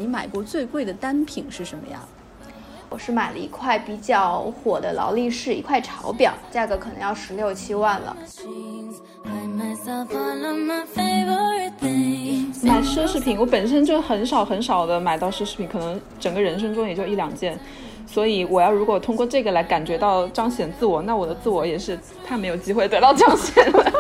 买过最贵的单品是什么呀？ 我是买了一块比较火的劳力士，一块潮表，价格可能要16、17万了。 买奢侈品，我本身就很少的买到奢侈品，可能整个人生中也就1-2件，所以我要如果通过这个来感觉到彰显自我，那我的自我也是太没有机会得到彰显了。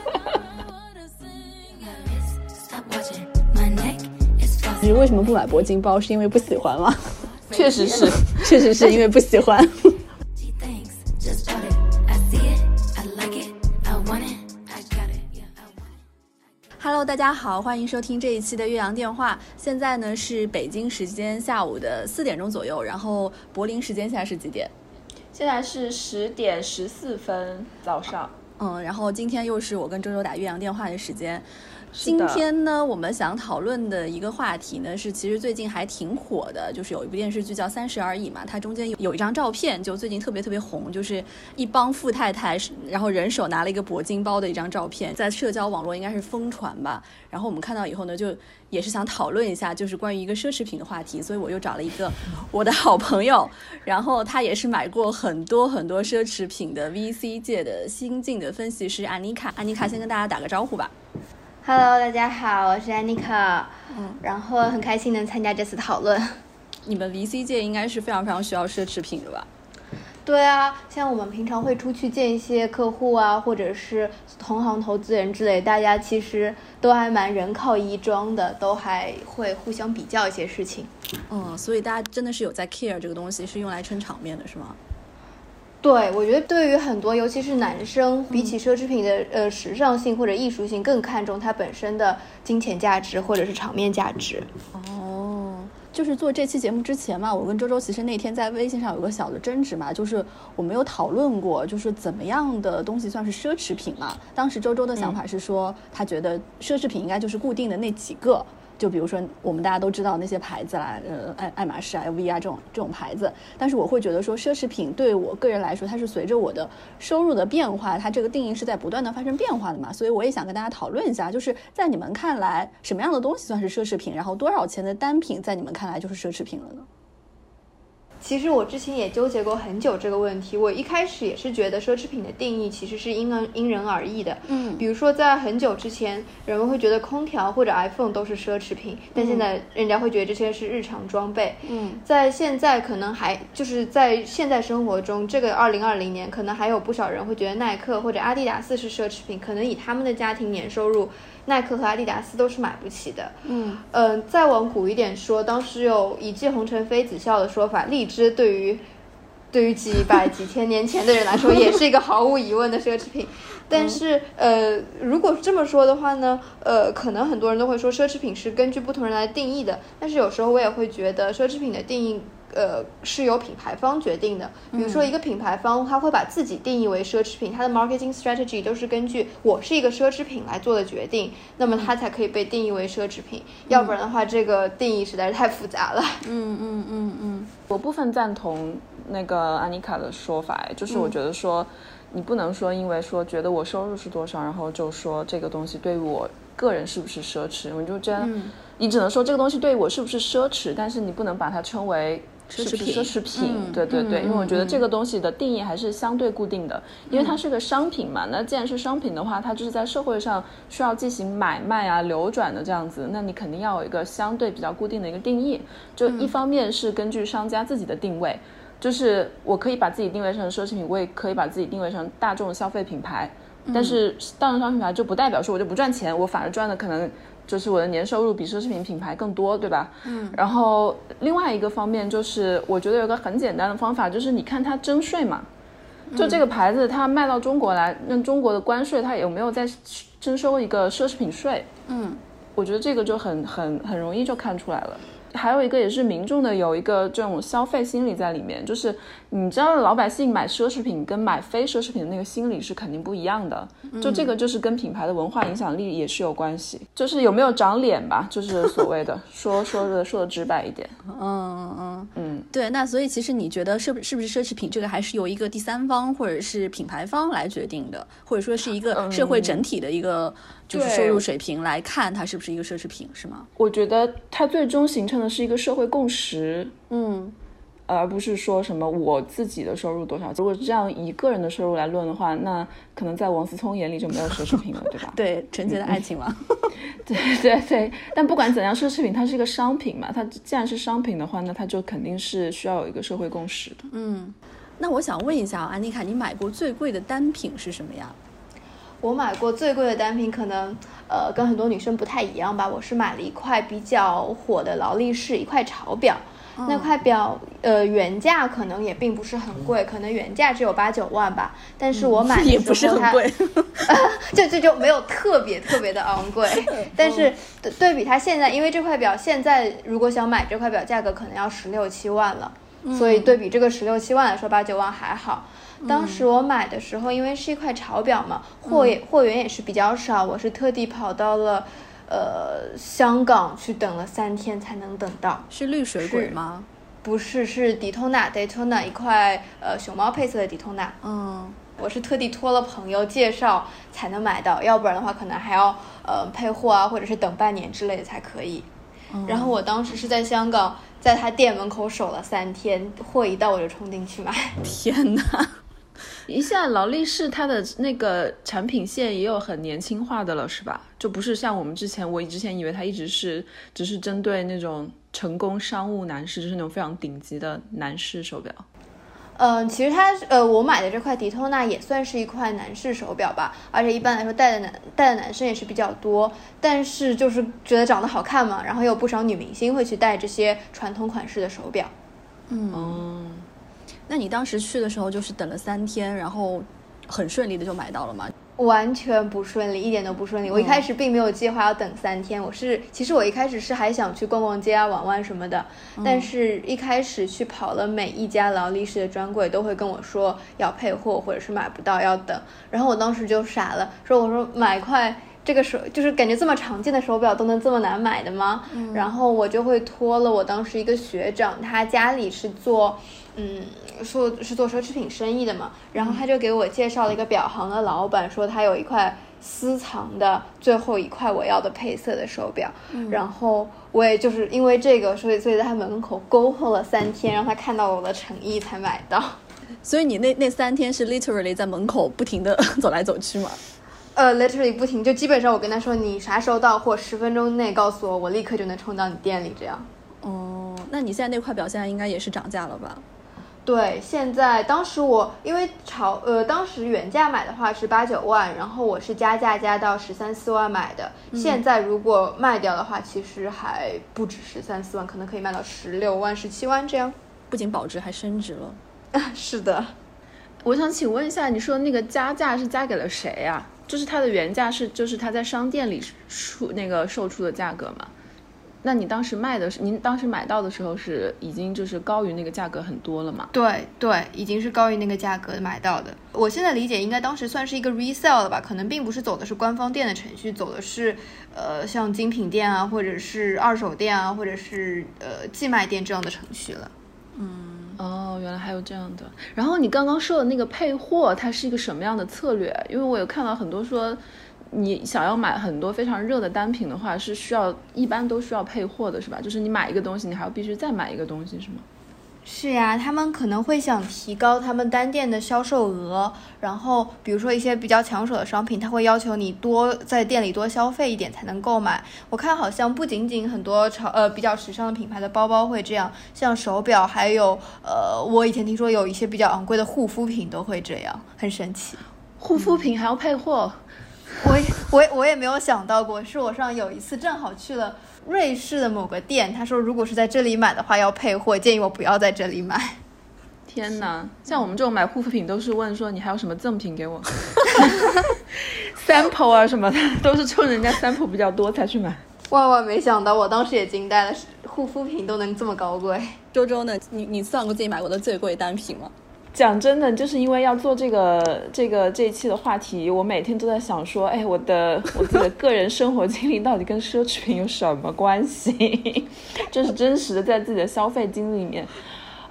你为什么不买铂金包？是因为不喜欢吗？ 确实是， 确实是因为不喜欢。Hello， 大家好，欢迎收听这一期的岳阳电话。现在呢是北京时间下午的4点钟左右，然后柏林时间现在是几点？ 现在是10点14分早上。 然后今天又是我跟周周打岳阳电话的时间。今天呢我们想讨论的一个话题呢是其实最近还挺火的，就是有一部电视剧叫《30而已》嘛，它中间有一张照片就最近特别红，就是一帮富太太然后人手拿了一个铂金包的一张照片，在社交网络应该是疯传吧。然后我们看到以后呢就也是想讨论一下就是关于一个奢侈品的话题，所以我又找了一个我的好朋友，然后他也是买过很多奢侈品的 VC 界的新晋的分析师安妮卡。安妮卡先跟大家打个招呼吧。 Hello， 大家好，我是安妮卡。然后很开心能参加这次讨论。 你们 VC 界应该是非常需要奢侈品的吧？ 对啊，像我们平常会出去见一些客户啊，或者是同行投资人之类，大家其实都还蛮人靠衣装的，都还会互相比较一些事情。 所以大家真的是有在 care 这个东西，是用来撑场面的是吗？ 对，我觉得对于很多尤其是男生，比起奢侈品的时尚性或者艺术性更看重它本身的金钱价值或者是场面价值。 就是做这期节目之前嘛，我跟周周其实那天在微信上有个小的争执嘛，就是我们有讨论过就是怎么样的东西算是奢侈品嘛。当时周周的想法是说他觉得奢侈品应该就是固定的那几个，就比如说我们大家都知道那些牌子啦，爱马仕啊 LV 啊这种牌子。但是我会觉得说奢侈品对我个人来说它是随着我的收入的变化，它这个定义是在不断的发生变化的嘛，所以我也想跟大家讨论一下，就是在你们看来什么样的东西算是奢侈品，然后多少钱的单品在你们看来就是奢侈品了呢？ 其实我之前也纠结过很久这个问题，我一开始也是觉得奢侈品的定义其实是因人而异的。比如说在很久之前人们会觉得空调或者 iPhone 都是奢侈品，但现在人家会觉得这些是日常装备。在现在可能还就是在现在生活中，这个2020年可能还有不少人会觉得耐克或者阿迪达斯是奢侈品，可能以他们的家庭年收入耐克和阿迪达斯都是买不起的。再往古一点说，当时有一骑红尘妃子笑的说法，荔枝对于几百几千年前的人来说也是一个毫无疑问的奢侈品。但是如果这么说的话呢，可能很多人都会说奢侈品是根据不同人来定义的，但是有时候我也会觉得奢侈品的定义是由品牌方决定的。比如说一个品牌方他会把自己定义为奢侈品，他的 marketing strategy 都是根据我是一个奢侈品来做的决定，那么它才可以被定义为奢侈品。要不然的话这个定义实在是太复杂了。 我部分赞同那个安妮卡的说法，就是我觉得说你不能说因为说觉得我收入是多少，然后就说这个东西对于我个人是不是奢侈，我就这样你只能说这个东西对于我是不是奢侈，但是你不能把它称为是不是奢侈品。对，因为我觉得这个东西的定义还是相对固定的，因为它是个商品嘛。那既然是商品的话，它就是在社会上需要进行买卖啊流转的这样子，那你肯定要有一个相对比较固定的一个定义。就一方面是根据商家自己的定位，就是我可以把自己定位成奢侈品，我也可以把自己定位成大众消费品牌，但是大众消费品牌就不代表说我就不赚钱，我反而赚的可能就是我的年收入比奢侈品品牌更多，对吧？然后另外一个方面就是我觉得有个很简单的方法，就是你看它征税嘛，就这个牌子它卖到中国来，那中国的关税它有没有在征收一个奢侈品税？我觉得这个就很容易就看出来了。还有一个也是民众的有一个这种消费心理在里面，就是你知道老百姓买奢侈品跟买非奢侈品的那个心理是肯定不一样的，就这个就是跟品牌的文化影响力也是有关系，就是有没有长脸吧，就是所谓的说的直白一点。 对，那所以其实你觉得是不是奢侈品这个还是由一个第三方或者是品牌方来决定的，或者说是一个社会整体的一个就是收入水平来看它是不是一个奢侈品，是吗？ 我觉得它最终形成的是一个社会共识，而不是说什么我自己的收入多少。如果这样以个人的收入来论的话，那可能在王思聪眼里就没有奢侈品了，对吧？ 对，纯洁的爱情嘛。 对对对，但不管怎样，奢侈品它是一个商品嘛，它既然是商品的话，那它就肯定是需要有一个社会共识的。 那我想问一下安妮卡，你买过最贵的单品是什么呀？ 我买过最贵的单品可能跟很多女生不太一样吧，我是买了一块比较火的劳力士，一块潮表。那块表原价可能也并不是很贵，可能原价只有8、9万吧，但是我买的时候也不是很贵就没有特别的昂贵。但是对比它现在，因为这块表现在如果想买这块表价格可能要16、17万了，所以对比这个16、17万来说，8、9万还好。当时我买的时候因为是一块潮表嘛，货源也是比较少，我是特地跑到了香港去等了3天才能等到。 是绿水鬼吗？ 不是，是Daytona一块熊猫配色的Daytona。我是特地托了朋友介绍才能买到，要不然的话可能还要配货啊，或者是等半年之类的才可以。然后我当时是在香港，在他店门口守了3天，货一到我就冲进去买。 天哪！ 现在劳力士它的那个产品线也有很年轻化的了，是吧？就不是像我之前以为它一直是只是针对那种成功商务男士，就是那种非常顶级的男士手表。 其实我买的这块Daytona也算是一块男士手表吧，而且一般来说戴的男生也是比较多，但是就是觉得长得好看嘛，然后有不少女明星会去戴这些传统款式的手表。 那你当时去的时候就是等了3天，然后很顺利的就买到了吗？ 完全不顺利，一点都不顺利。我一开始并没有计划要等3天，其实我一开始是还想去逛逛街啊、玩玩什么的，但是一开始去跑了每一家劳力士的专柜，都会跟我说要配货或者是买不到要等，然后我当时就傻了，我说买块这个就是感觉这么常见的手表都能这么难买的吗？然后我就会托了我当时一个学长，他家里是做是做奢侈品生意的嘛，然后他就给我介绍了一个表行的老板，说他有一块私藏的最后一块我要的配色的手表，然后我也就是因为这个，所以在他门口沟通了3天，让他看到我的诚意才买到。 所以你那3天是 literally 在门口不停的走来走去吗 ？literally 不停，就基本上我跟他说你啥时候到货，10分钟内告诉我，我立刻就能冲到你店里这样。 那你现在那块表现在应该也是涨价了吧？ 对，现在当时我因为当时原价买的话是8、9万，然后我是加价加到13、14万买的。现在如果卖掉的话，其实还不止13、14万，可能可以卖到16万、17万这样。 不仅保值还升值了。 是的。 我想请问一下，你说那个加价是加给了谁呀？就是它的原价就是它在商店里售出的价格吗？那您当时买到的时候是已经就是高于那个价格很多了吗？ 对，已经是高于那个价格买到的。我现在理解应该当时算是一个 resale 了吧，可能并不是走的是官方店的程序，走的是像精品店啊，或者是二手店啊，或者是寄卖店这样的程序了。 原来还有这样的。然后你刚刚说的那个配货，它是一个什么样的策略？因为我有看到很多说你想要买很多非常热的单品的话，是一般都需要配货的，是吧？就是你买一个东西，你还要必须再买一个东西，是吗？ 是呀，他们可能会想提高他们单店的销售额，然后比如说一些比较抢手的商品，他会要求你在店里多消费一点才能购买。我看好像不仅仅很多比较时尚的品牌的包包会这样，像手表还有我以前听说有一些比较昂贵的护肤品都会这样，很神奇。 护肤品还要配货？ 我也没有想到过，是我上有一次正好去了瑞士的某个店，他说如果是在这里买的话要配货，建议我不要在这里买。 天哪，像我们这种买护肤品都是问说你还有什么赠品给我sample 啊什么的，都是冲人家 sample 比较多才去买。 万万没想到，我当时也惊呆了，护肤品都能这么高贵。 周周呢，你算过自己买过的最贵单品吗？ 讲真的，就是因为要做这一期的话题，我每天都在想说，我自己的个人生活经历到底跟奢侈品有什么关系？这是真实的在自己的消费经历里面。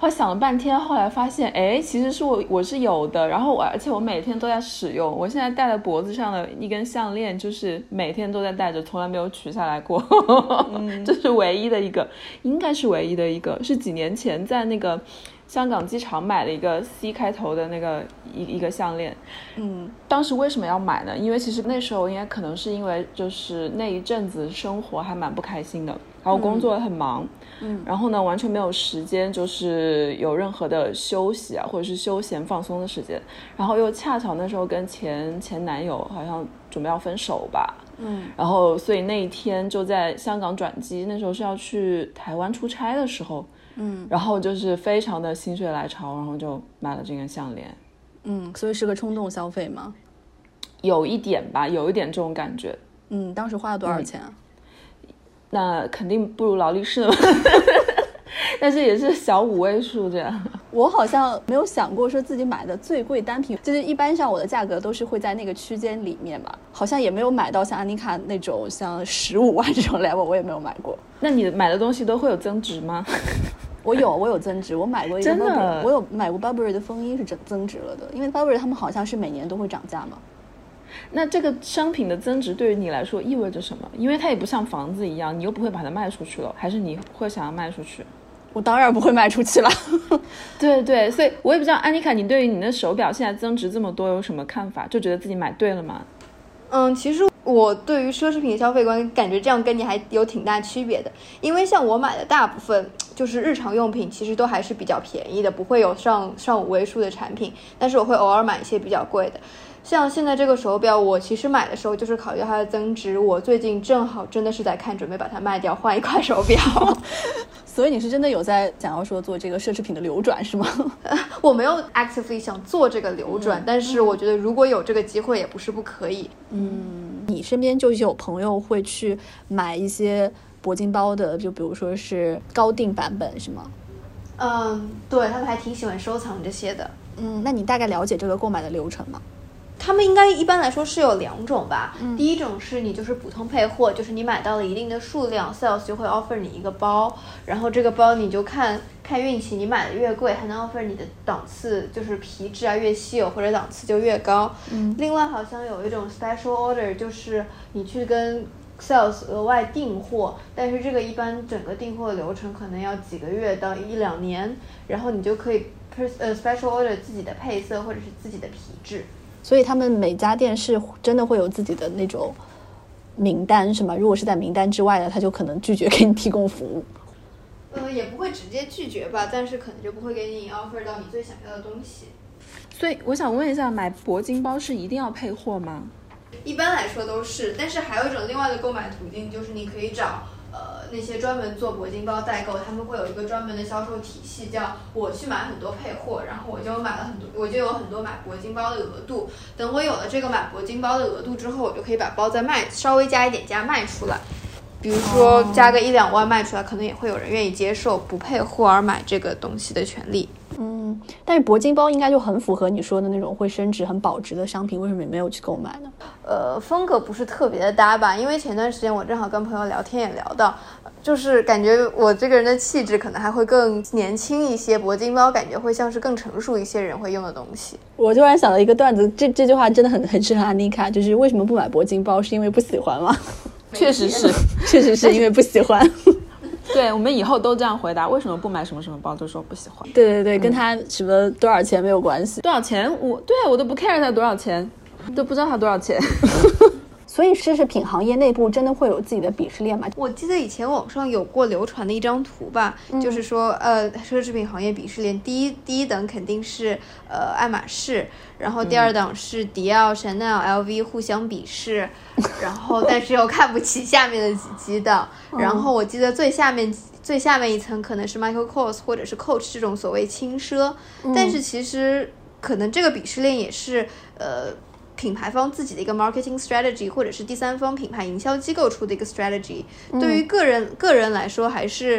我想了半天，后来发现，哎，其实是我是有的，然后而且我每天都在使用。我现在戴在脖子上的一根项链，就是每天都在戴着，从来没有取下来过。这是唯一的一个，应该是唯一的一个，是几年前在那个香港机场买了一个 C 开头的那个一个项链。当时为什么要买呢？因为其实那时候应该可能是因为就是那一阵子生活还蛮不开心的，然后工作也很忙，然后呢完全没有时间就是有任何的休息啊或者是休闲放松的时间，然后又恰巧那时候跟前男友好像准备要分手吧，然后所以那一天就在香港转机，那时候是要去台湾出差的时候，然后就是非常的心血来潮，然后就买了这根项链。 所以是个冲动消费吗？ 有一点吧，有一点这种感觉。 当时花了多少钱啊？ 那肯定不如劳力士了但是也是小5位数这样。 我好像没有想过说自己买的最贵单品，就是一般上我的价格都是会在那个区间里面吧，好像也没有买到像安妮卡那种像15万这种 level， 我也没有买过。 那你买的东西都会有增值吗？ 我有增值，我买过一个 Burberry， 我有买过 Burberry 的风衣是增值了的，因为 Burberry 他们好像是每年都会涨价嘛。 那这个商品的增值对于你来说意味着什么？因为它也不像房子一样，你又不会把它卖出去了，还是你会想要卖出去？ 我当然不会卖出去了对对，所以我也不知道安妮卡你对于你的手表现在增值这么多有什么看法？就觉得自己买对了吗？ 其实我对于奢侈品的消费观感觉这样跟你还有挺大区别的，因为像我买的大部分就是日常用品，其实都还是比较便宜的，不会有上5位数的产品，但是我会偶尔买一些比较贵的。像现在这个手表，我其实买的时候就是考虑它的增值，我最近正好真的是在看，准备把它卖掉换一块手表所以你是真的有在想要说做这个奢侈品的流转是吗？ 我没有 actively 想做这个流转，但是我觉得如果有这个机会也不是不可以。 你身边就有朋友会去买一些铂金包的，就比如说是高定版本是吗？ 对，他们还挺喜欢收藏这些的。 那你大概了解这个购买的流程吗？ 他们应该一般来说是有2种吧。第一种是你就是普通配货，就是你买到了一定的数量 sales 就会 offer 你一个包，然后这个包你就看运气，你买的越贵还能 offer 你的档次，就是皮质啊越稀有或者档次就越高。另外好像有一种 special order， 就是你去跟 sales 额外订货，但是这个一般整个订货流程可能要几个月到1-2年，然后你就可以special order 自己的配色或者是自己的皮质。 所以他们每家店是真的会有自己的那种名单是吗？如果是在名单之外的，他就可能拒绝给你提供服务。 也不会直接拒绝吧，但是可能就不会给你 offer 到你最想要的东西。 所以我想问一下，买铂金包是一定要配货吗？ 一般来说都是，但是还有一种另外的购买途径，就是你可以找那些专门做铂金包代购，他们会有一个专门的销售体系，叫我去买很多配货，然后我就有很多买铂金包的额度。等我有了这个买铂金包的额度之后，我就可以把包再稍微加一点价卖出来。比如说加个1-2万卖出来，可能也会有人愿意接受不配货而买这个东西的权利。 但是铂金包应该就很符合你说的那种会升值很保值的商品，为什么你没有去购买呢？ 风格不是特别的搭吧，因为前段时间我正好跟朋友聊天也聊到，就是感觉我这个人的气质可能还会更年轻一些，铂金包感觉会像是更成熟一些人会用的东西。 我突然想到一个段子，这句话真的很适合安妮卡，就是为什么不买铂金包，是因为不喜欢吗？ 确实是因为不喜欢。 对，我们以后都这样回答，为什么不买什么什么包，就说不喜欢。 对，跟他什么多少钱没有关系。 多少钱？我都不 care 它多少钱，都不知道它多少钱。 所以奢侈品行业内部真的会有自己的鄙视链吗？ 我记得以前网上有过流传的一张图吧，就是说奢侈品行业鄙视链第一等肯定是爱马仕，然后第2档是迪奥、Chanel、LV 互相鄙视，然后但是又看不起下面的几档，然后我记得最下面一层可能是 Michael Kors 或者是 Coach 这种所谓轻奢，但是其实可能这个鄙视链也是品牌方自己的一个 marketing strategy， 或者是第三方品牌营销机构出的一个 strategy。对于个人来说，还是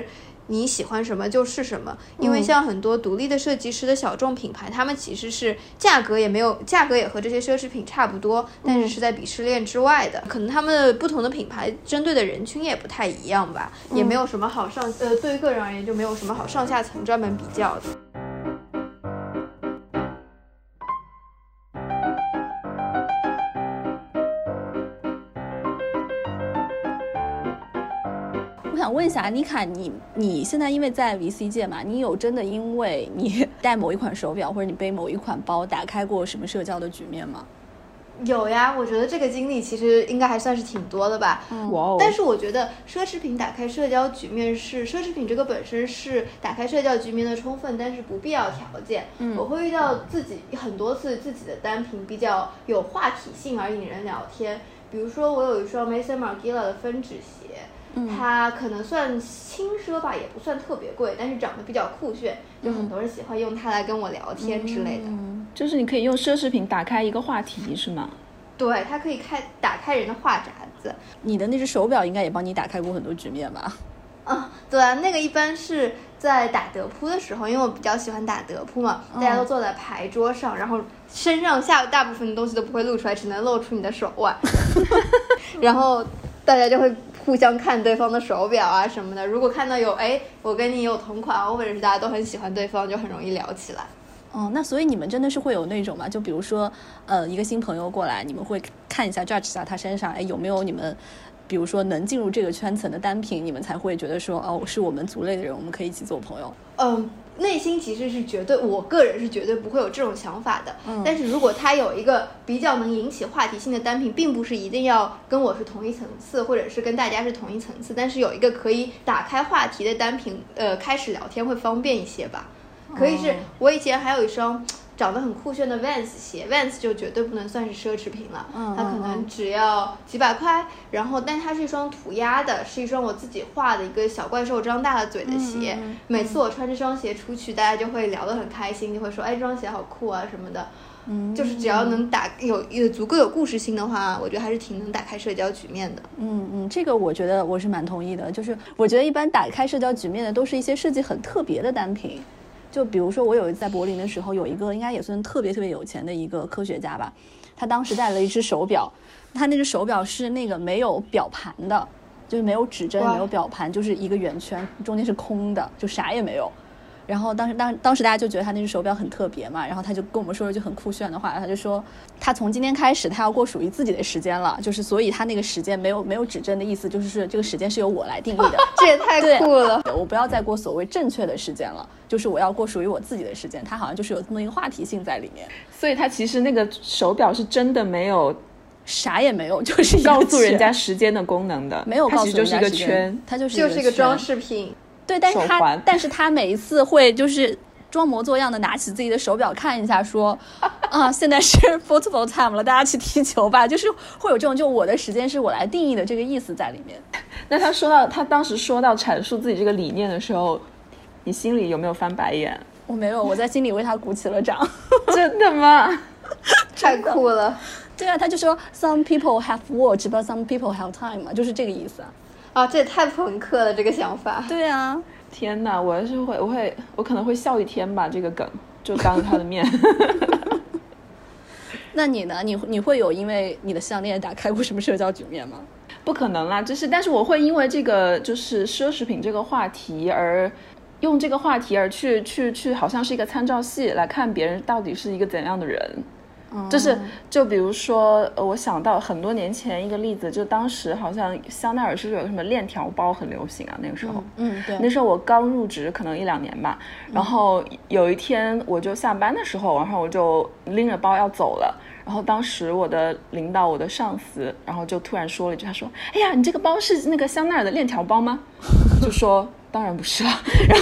你喜欢什么就是什么，因为像很多独立的设计师的小众品牌，他们其实是价格也和这些奢侈品差不多，但是是在鄙视链之外的，可能他们不同的品牌针对的人群也不太一样吧，也没有什么好对于个人而言就没有什么好上下层专门比较的。 我想问一下妮卡，你现在因为在 VC 界嘛，你有真的因为你戴某一款手表或者你背某一款包打开过什么社交的局面吗？ 有呀，我觉得这个经历其实应该还算是挺多的吧。但是我觉得奢侈品打开社交局面是奢侈品这个本身是打开社交局面的充分但是不必要条件。我会遇到很多次自己的单品比较有话题性而引人聊天，比如说我有一双 Maison Margiela 的分趾鞋，它可能算轻奢吧，也不算特别贵，但是长得比较酷炫，就很多人喜欢用它来跟我聊天之类的。 就是你可以用奢侈品打开一个话题是吗？ 对，它可以打开人的话匣子。 你的那只手表应该也帮你打开过很多局面吧？ 对啊，那个一般是在打德扑的时候，因为我比较喜欢打德扑嘛，大家都坐在牌桌上，然后身上下大部分的东西都不会露出来，只能露出你的手腕然后大家就会互相看对方的手表啊什么的，如果看到我跟你有同款，或者是大家都很喜欢对方，就很容易聊起来。 那所以你们真的是会有那种吗？就比如说一个新朋友过来，你们会看一下 judge 一下他身上有没有你们比如说能进入这个圈层的单品，你们才会觉得说是我们族类的人，我们可以一起做朋友。 内心其实是我个人是绝对不会有这种想法的。但是如果他有一个比较能引起话题性的单品，并不是一定要跟我是同一层次，或者是跟大家是同一层次，但是有一个可以打开话题的单品，开始聊天会方便一些吧。可以是我以前还有一双长得很酷炫的 Vans 鞋， Vans 就绝对不能算是奢侈品了，它可能只要几百块，然后但它是一双涂鸦的，是一双我自己画的一个小怪兽张大了嘴的鞋。每次我穿这双鞋出去，大家就会聊得很开心，就会说这双鞋好酷啊什么的。就是只要能有足够有故事性的话，我觉得还是挺能打开社交局面的。 这个我觉得我是蛮同意的，就是我觉得一般打开社交局面的都是一些设计很特别的单品。就比如说我有一次在柏林的时候，有一个应该也算特别特别有钱的一个科学家吧，他当时戴了一只手表，他那只手表是那个没有表盘的，就是没有指针没有表盘，就是一个圆圈中间是空的，就啥也没有。然后当时大家就觉得他那只手表很特别嘛，然后他就跟我们说了一句很酷炫的话，他就说他从今天开始他要过属于自己的时间了，就是所以他那个时间没有指针的意思，就是这个时间是由我来定义的这也太酷了， 我不要再过所谓正确的时间了，就是我要过属于我自己的时间，他好像就是有这么一个话题性在里面。 所以他其实那个手表是真的没有啥也没有，就是告诉人家时间的功能的， 没有告诉人家时间， 它其实就是一个圈， 它就是一个装饰品。 对，但是他每一次会就是装模作样的拿起自己的手表看一下说现在是 football time 了，大家去踢球吧，就是会有这种就我的时间是我来定义的这个意思在里面。 那他当时说到阐述自己这个理念的时候，你心里有没有翻白眼？ 我没有，我在心里为他鼓起了掌真的吗？ 太酷了。 对啊，他就说 some people have watch but some people have time 嘛，就是这个意思这也太朋克了，这个想法。 对啊， 天哪，我可能会笑一天吧，这个梗就当着他的面那你呢？你会有因为你的项链打开过什么社交局面吗？ 不可能啦，但是我会因为这个就是奢侈品这个话题而用这个话题而去好像是一个参照系来看别人到底是一个怎样的人。就比如说我想到很多年前一个例子，就当时好像香奈儿是有什么链条包很流行啊，那个时候对， 那时候我刚入职可能1-2年吧，然后有一天我就下班的时候，然后我就拎着包要走了，然后当时我的领导我的上司然后就突然说了一句，他说哎呀，你这个包是那个香奈儿的链条包吗？就说当然不是啊，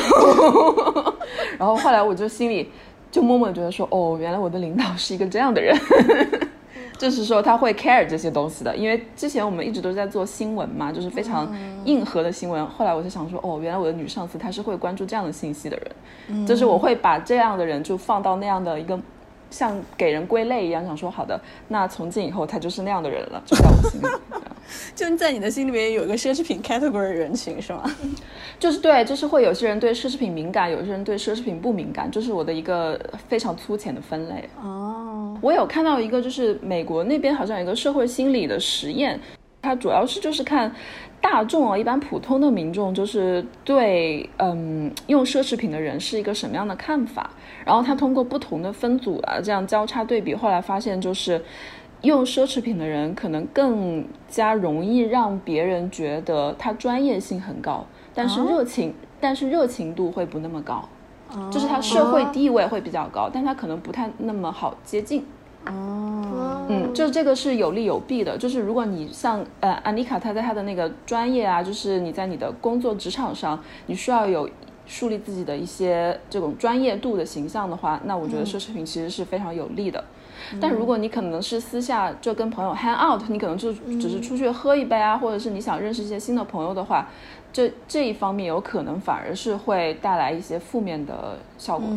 然后后来我就心里就默默地觉得说原来我的领导是一个这样的人就是说他会 care 这些东西的，因为之前我们一直都在做新闻嘛，就是非常硬核的新闻，后来我就想说原来我的女上司她是会关注这样的信息的人，就是我会把这样的人就放到那样的一个像给人归类一样，想说好的，那从今以后他就是那样的人了，就在我心里就在你的心里面有一个奢侈品 category 人群是吗？ 就是对，就是会有些人对奢侈品敏感，有些人对奢侈品不敏感，这是我的一个非常粗浅的分类。 哦， 我有看到一个就是美国那边好像有一个社会心理的实验，它主要是就是看大众啊，一般普通的民众就是对用奢侈品的人是一个什么样的看法，然后他通过不同的分组啊这样交叉对比，后来发现就是用奢侈品的人可能更加容易让别人觉得他专业性很高，但是热情度会不那么高，就是他社会地位会比较高，但他可能不太那么好接近。就这个是有利有弊的，就是如果你像安妮卡她在她的那个专业啊，就是你在你的工作职场上你需要有树立自己的一些这种专业度的形象的话，那我觉得奢侈品其实是非常有利的。但如果你可能是私下就跟朋友 hang out， 你可能就只是出去喝一杯啊，或者是你想认识一些新的朋友的话，这一方面有可能反而是会带来一些负面的效果的。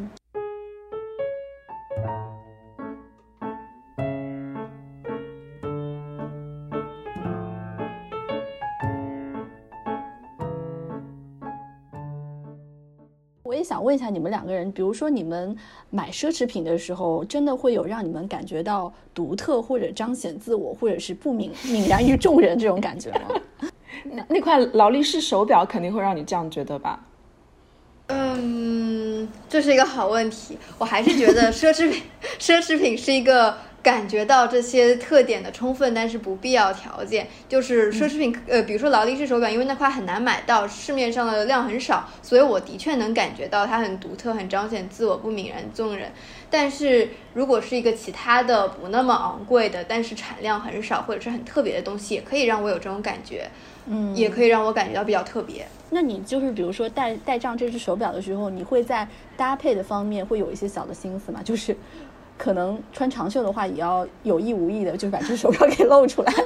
我也想问一下你们两个人，比如说你们买奢侈品的时候，真的会有让你们感觉到独特或者彰显自我，或者是不泯然于众人这种感觉吗？ 那块劳力士手表肯定会让你这样觉得吧？ 这是一个好问题。我还是觉得奢侈品是一个感觉到这些特点的充分但是不必要条件。就是奢侈品比如说劳力士手表，因为那块很难买到，市面上的量很少，所以我的确能感觉到它很独特，很彰显自我，不泯然众人。但是如果是一个其他的不那么昂贵的但是产量很少或者是很特别的东西，也可以让我有这种感觉，也可以让我感觉到比较特别。 那你就是比如说戴上这只手表的时候，你会在搭配的方面会有一些小的心思吗？就是可能穿长袖的话也要有意无意的就是把这只手表给露出来。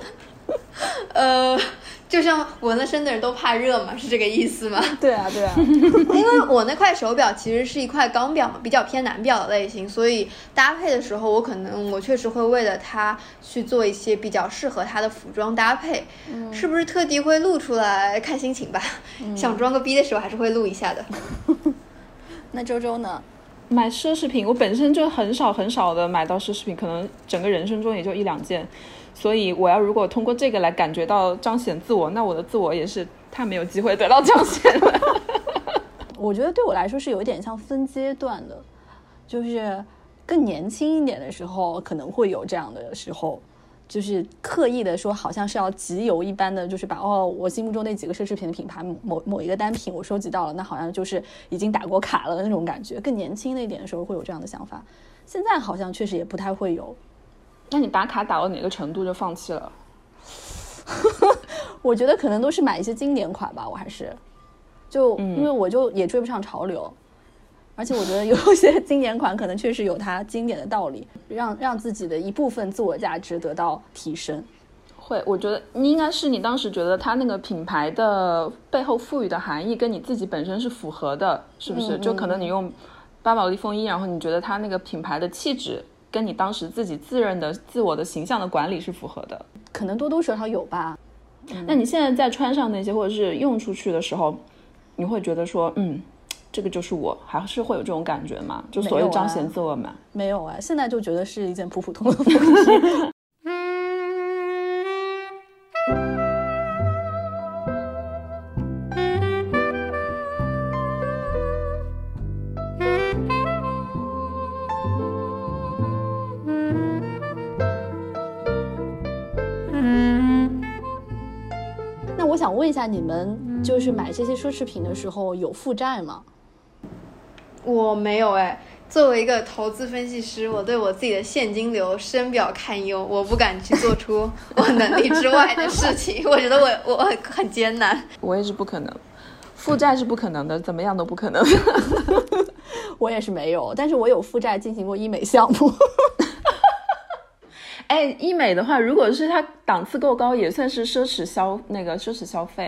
就像纹了身的人都怕热嘛，是这个意思吗？ 对啊因为我那块手表其实是一块钢表嘛，比较偏男表的类型，所以搭配的时候我确实会为了它去做一些比较适合它的服装搭配。是不是特地会露出来看心情吧，想装个逼的时候还是会露一下的。 那周周呢？ 买奢侈品我本身就很少的买到奢侈品，可能整个人生中也就1-2件，所以我要如果通过这个来感觉到彰显自我，那我的自我也是太没有机会得到彰显了。 我觉得对我来说是有点像分阶段的，就是更年轻一点的时候可能会有这样的时候，就是刻意的说好像是要集邮一般的，就是把我心目中那几个奢侈品的品牌某一个单品我收集到了，那好像就是已经打过卡了的那种感觉。更年轻的一点的时候会有这样的想法，现在好像确实也不太会有。 那你打卡打到哪个程度就放弃了？ 我觉得可能都是买一些经典款吧，我还是因为我就也追不上潮流，而且我觉得有些经典款可能确实有它经典的道理，让自己的一部分自我价值得到提升。 会，我觉得应该是你当时觉得它那个品牌的背后赋予的含义跟你自己本身是符合的，是不是？就可能你用巴宝莉风衣，然后你觉得它那个品牌的气质跟你当时自己自认的自我的形象的管理是符合的， 可能多多少少有吧。 那你现在在穿上那些或者是用出去的时候，你会觉得说这个就是我，还是会有这种感觉吗？就所谓彰显自我嘛？ 没有啊，现在就觉得是一件普普通通的风衣。那我想问一下，你们就是买这些奢侈品的时候有负债吗？ 我没有作为一个投资分析师，我对我自己的现金流深表堪忧，我不敢去做出我能力之外的事情。我觉得我很艰难。 我也是不可能，负债是不可能的，怎么样都不可能。 我也是没有，但是我有负债进行过医美项目。 医美的话，如果是它档次够高，也算是奢侈消费啊，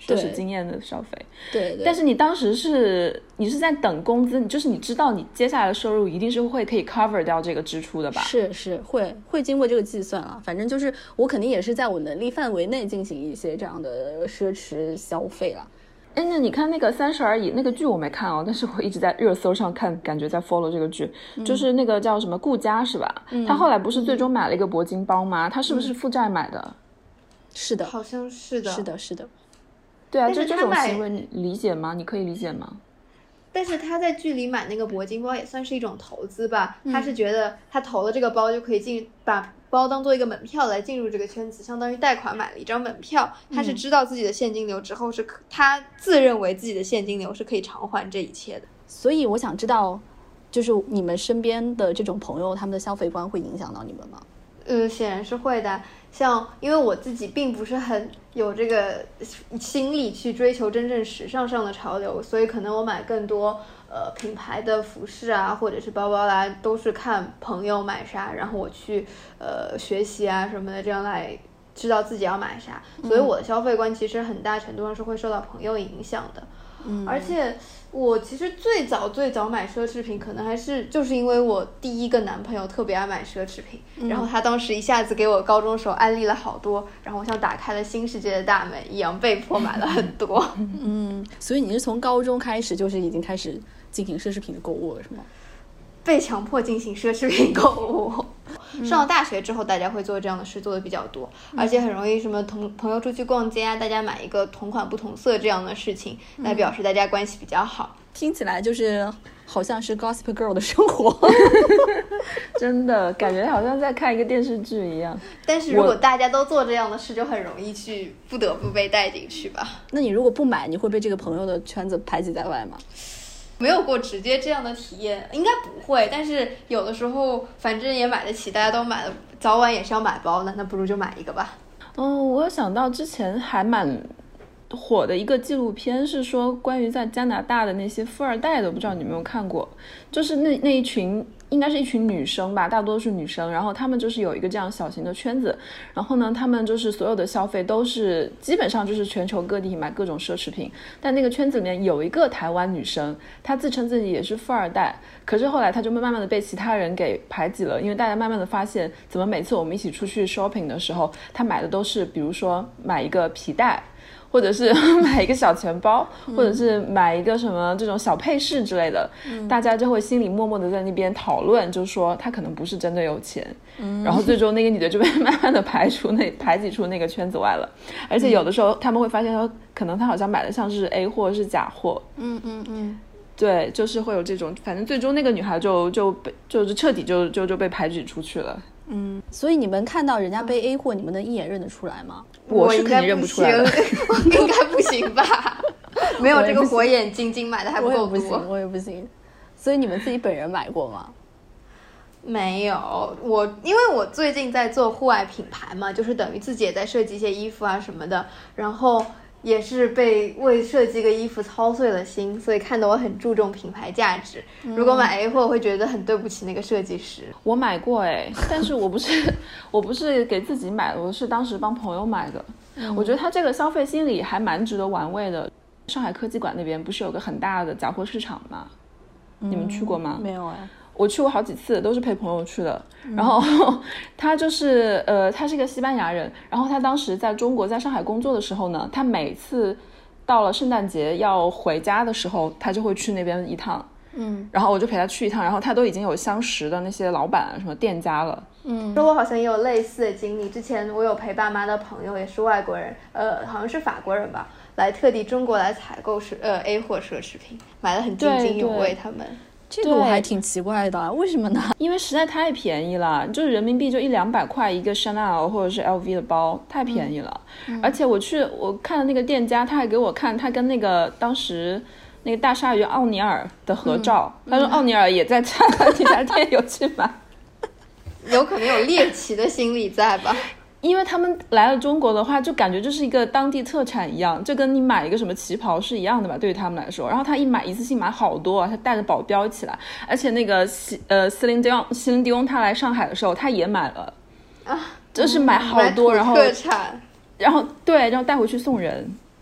奢侈经验的消费。 对。 但是你当时你是在等工资，就是你知道你接下来的收入一定是可以 cover 掉这个支出的吧？ 是会经过这个计算啊。反正就是我肯定也是在我能力范围内进行一些这样的奢侈消费了。 哎，那你看那个30而已那个剧我没看哦，但是我一直在热搜上看，感觉在 follow 这个剧，就是那个叫什么顾佳是吧？他后来不是最终买了一个铂金包吗？他是不是负债买的？ 是的， 好像是的。 是的。 对啊，就这种行为你理解吗？你可以理解吗？ 但是他在剧里买那个铂金包也算是一种投资吧，他是觉得他投了这个包就可以把包当做一个门票来进入这个圈子，相当于贷款买了一张门票。他是知道自己的现金流之后，他自认为自己的现金流是可以偿还这一切的。 所以我想知道，就是你们身边的这种朋友，他们的消费观会影响到你们吗？ 显然是会的。像因为我自己并不是很有这个心力去追求真正时尚上的潮流，所以可能我买更多品牌的服饰啊，或者是包包啦，都是看朋友买啥，然后我去学习啊什么的，这样来知道自己要买啥。所以我的消费观其实很大程度上是会受到朋友影响的。而且我其实最早买奢侈品，可能还是就是因为我第一个男朋友特别爱买奢侈品，然后他当时一下子给我高中时候安利了好多，然后我像打开了新世界的大门一样，被迫买了很多。 所以你是从高中开始就是已经开始进行奢侈品的购物了，是吗？ 被强迫进行奢侈品购物。上了大学之后，大家会做这样的事，做的比较多，而且很容易什么朋友出去逛街啊，大家买一个同款不同色这样的事情，来表示大家关系比较好。 听起来就是好像是 Gossip Girl 的生活。 真的感觉好像在看一个电视剧一样。 但是如果大家都做这样的事，就很容易不得不被带进去吧。 那你如果不买，你会被这个朋友的圈子排挤在外吗？ 没有过直接这样的体验，应该不会，但是有的时候反正也买得起，大家都买了，早晚也是要买包的，那不如就买一个吧。 我有想到之前还蛮火的一个纪录片，是说关于在加拿大的那些富二代的，不知道你有没有看过，就是那一群应该是一群女生吧，大多数女生，然后她们就是有一个这样小型的圈子，然后呢她们就是所有的消费都是基本上就是全球各地买各种奢侈品，但那个圈子里面有一个台湾女生，她自称自己也是富二代，可是后来她就慢慢的被其他人给排挤了，因为大家慢慢的发现怎么每次我们一起出去 shopping 的时候，她买的都是比如说买一个皮带，或者是买一个小钱包，或者是买一个什么这种小配饰之类的，大家就会心里默默的在那边讨论，就说他可能不是真的有钱，然后最终那个女的就被慢慢的排挤出那个圈子外了。而且有的时候他们会发现说，可能他好像买的像是 A 货是假货。对，就是会有这种，反正最终那个女孩就是彻底就被排挤出去了。 所以你们看到人家背 A 货，你们能一眼认得出来吗？ 我是肯定认不出来的。 应该不行吧？没有这个火眼金睛，买的还不够多。 我也不行。所以你们自己本人买过吗？ 没有，因为我最近在做户外品牌嘛，就是等于自己也在设计一些衣服啊什么的，然后也是为设计一个衣服操碎了心，所以看得我很注重品牌价值。如果买 A 货，我会觉得很对不起那个设计师。 我买过但是我不是给自己买的，我是当时帮朋友买的。我觉得他这个消费心理还蛮值得玩味的。上海科技馆那边不是有个很大的杂货市场吗？你们去过吗？ 没有我去过好几次，都是陪朋友去的。然后他就是他是一个西班牙人，然后他当时在中国在上海工作的时候呢，他每次到了圣诞节要回家的时候，他就会去那边一趟。然后我就陪他去一趟，然后他都已经有相识的那些老板什么店家了。 我好像也有类似的经历，之前我有陪爸妈的朋友也是外国人，好像是法国人吧，来特地中国来采购A 货奢侈品，买得很津津有味。他们这个我还挺奇怪的，为什么呢？ 因为实在太便宜了，就是人民币就100-200块一个 Chanel 或者是 LV 的包，太便宜了。而且我看了那个店家，他还给我看他跟那个当时那个大鲨鱼奥尼尔的合照，他说奥尼尔也在这家店有去买。 有可能有猎奇的心理在吧？ 因为他们来了中国的话，就感觉就是一个当地特产一样，就跟你买一个什么旗袍是一样的吧，对于他们来说。然后他一次性买好多啊，他带着保镖一起来，而且那个席琳迪翁他来上海的时候，他也买了就是买好多，然后特产， 然后带回去送人。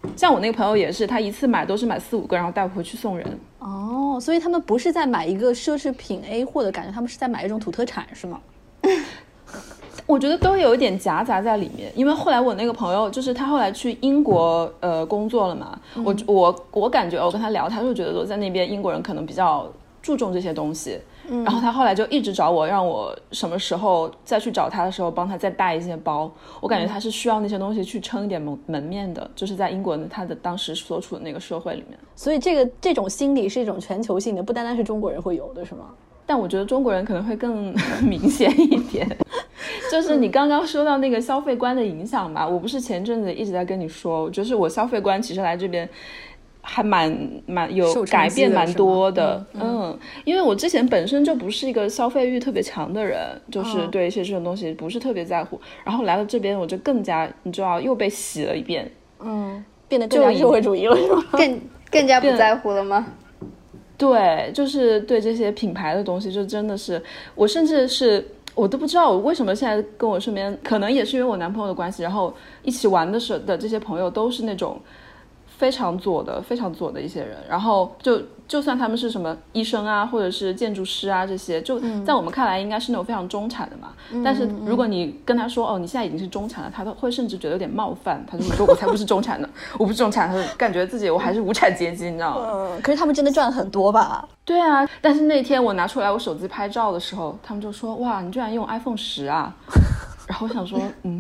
像我那个朋友也是，他一次买都是买4-5个，然后带回去送人。 哦，所以他们不是在买一个奢侈品 A 货的感觉，他们是在买一种土特产是吗？ 我觉得都有一点夹杂在里面，因为后来我那个朋友就是他后来去英国工作了嘛，我感觉我跟他聊，他就觉得说在那边英国人可能比较注重这些东西，然后他后来就一直找我，让我什么时候再去找他的时候帮他再带一些包。我感觉他是需要那些东西去撑一点门面的，就是在英国他的当时所处的那个社会里面。 所以这种心理是一种全球性的，不单单是中国人会有的是吗？ 但我觉得中国人可能会更明显一点。就是你刚刚说到那个消费观的影响吧，我不是前阵子一直在跟你说，就是我消费观其实来这边还蛮有改变蛮多的。因为我之前本身就不是一个消费欲特别强的人，就是对一些这种东西不是特别在乎，然后来了这边我就更加你知道又被洗了一遍， 变得更加社会主义了是吗？ 更加不在乎了吗？ 对，就是对这些品牌的东西就真的是，我甚至是我都不知道我为什么现在跟我身边，可能也是因为我男朋友的关系，然后一起玩的这些朋友都是那种非常左的一些人，然后就算他们是什么医生啊或者是建筑师啊，这些就在我们看来应该是那种非常中产的嘛，但是如果你跟他说你现在已经是中产了，他都会甚至觉得有点冒犯，他就会说我才不是中产的我不是中产，他就感觉自己我还是无产阶级，你知道吗？ 可是他们真的赚很多吧？ 对啊，但是那天我拿出来我手机拍照的时候，他们就说哇你居然用 iPhone 10啊然后我想说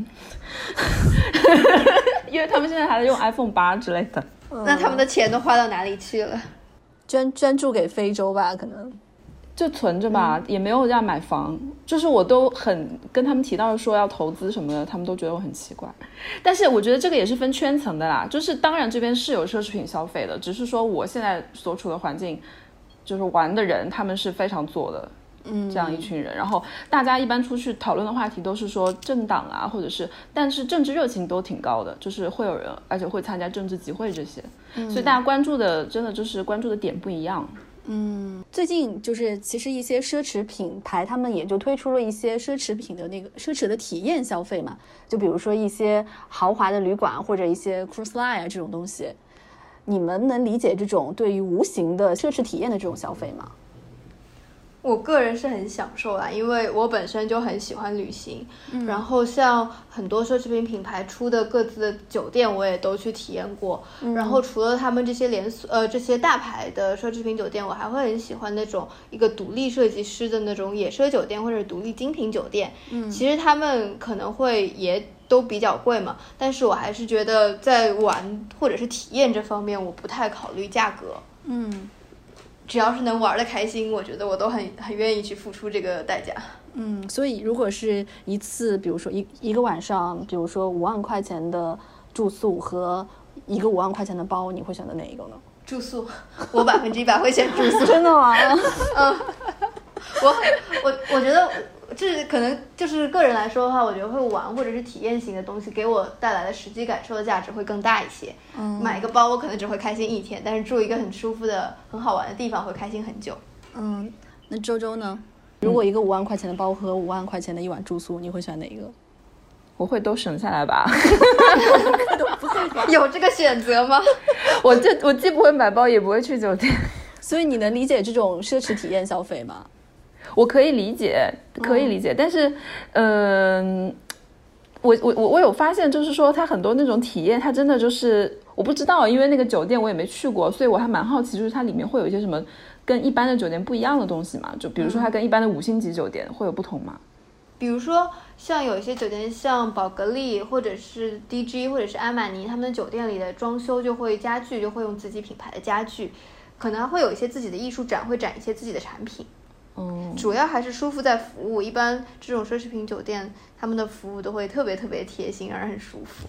因为他们现在还在用 iPhone 8之类的。 那他们的钱都花到哪里去了？ 捐助给非洲吧，可能就存着吧，也没有要买房。就是我都很跟他们提到说要投资什么的，他们都觉得我很奇怪。但是我觉得这个也是分圈层的啦，就是当然这边是有奢侈品消费的，只是说我现在所处的环境就是玩的人他们是非常做的这样一群人，然后大家一般出去讨论的话题都是说政党啊，或者是但是政治热情都挺高的，就是会有人而且会参加政治集会这些，所以大家关注的真的就是关注的点不一样。 最近就是其实一些奢侈品牌他们也就推出了一些奢侈品的那个奢侈的体验消费嘛，就比如说一些豪华的旅馆或者一些 cruise line 啊这种东西，你们能理解这种对于无形的奢侈体验的这种消费吗？ 我个人是很享受啦，因为我本身就很喜欢旅行，然后像很多奢侈品品牌出的各自的酒店我也都去体验过，然后除了他们这些这些大牌的奢侈品酒店，我还会很喜欢那种一个独立设计师的那种野奢酒店或者独立精品酒店，其实他们可能会也都比较贵嘛，但是我还是觉得在玩或者是体验这方面我不太考虑价格，只要是能玩的开心，我觉得我都很愿意去付出这个代价。 所以如果是一次比如说一个晚上比如说5万块钱的住宿和一个5万块钱的包，你会选择哪一个呢？ 住宿，我100%会选住宿。 真的吗？ 我觉得这可能就是个人来说的话，我觉得会玩或者是体验型的东西给我带来的实际感受的价值会更大一些。买一个包我可能只会开心1天，但是住一个很舒服的很好玩的地方会开心很久。 那周周呢？如果一个5万块钱的包和5万块钱的一晚住宿，你会选哪一个？ 我会都省下来吧。 有这个选择吗？ 我既不会买包也不会去酒店。 所以你能理解这种奢侈体验消费吗？ 我可以理解，但是我有发现，就是说它很多那种体验，它真的就是我不知道，因为那个酒店我也没去过，所以我还蛮好奇，就是它里面会有一些什么跟一般的酒店不一样的东西嘛？就比如说它跟一般的5星级酒店会有不同吗？ 比如说像有一些酒店，像宝格丽或者是 DG 或者是阿玛尼，他们的酒店里的装修就会家具就会用自己品牌的家具，可能会有一些自己的艺术展，会展一些自己的产品。主要还是舒服在服务，一般这种奢侈品酒店他们的服务都会特别特别贴心，让人很舒服。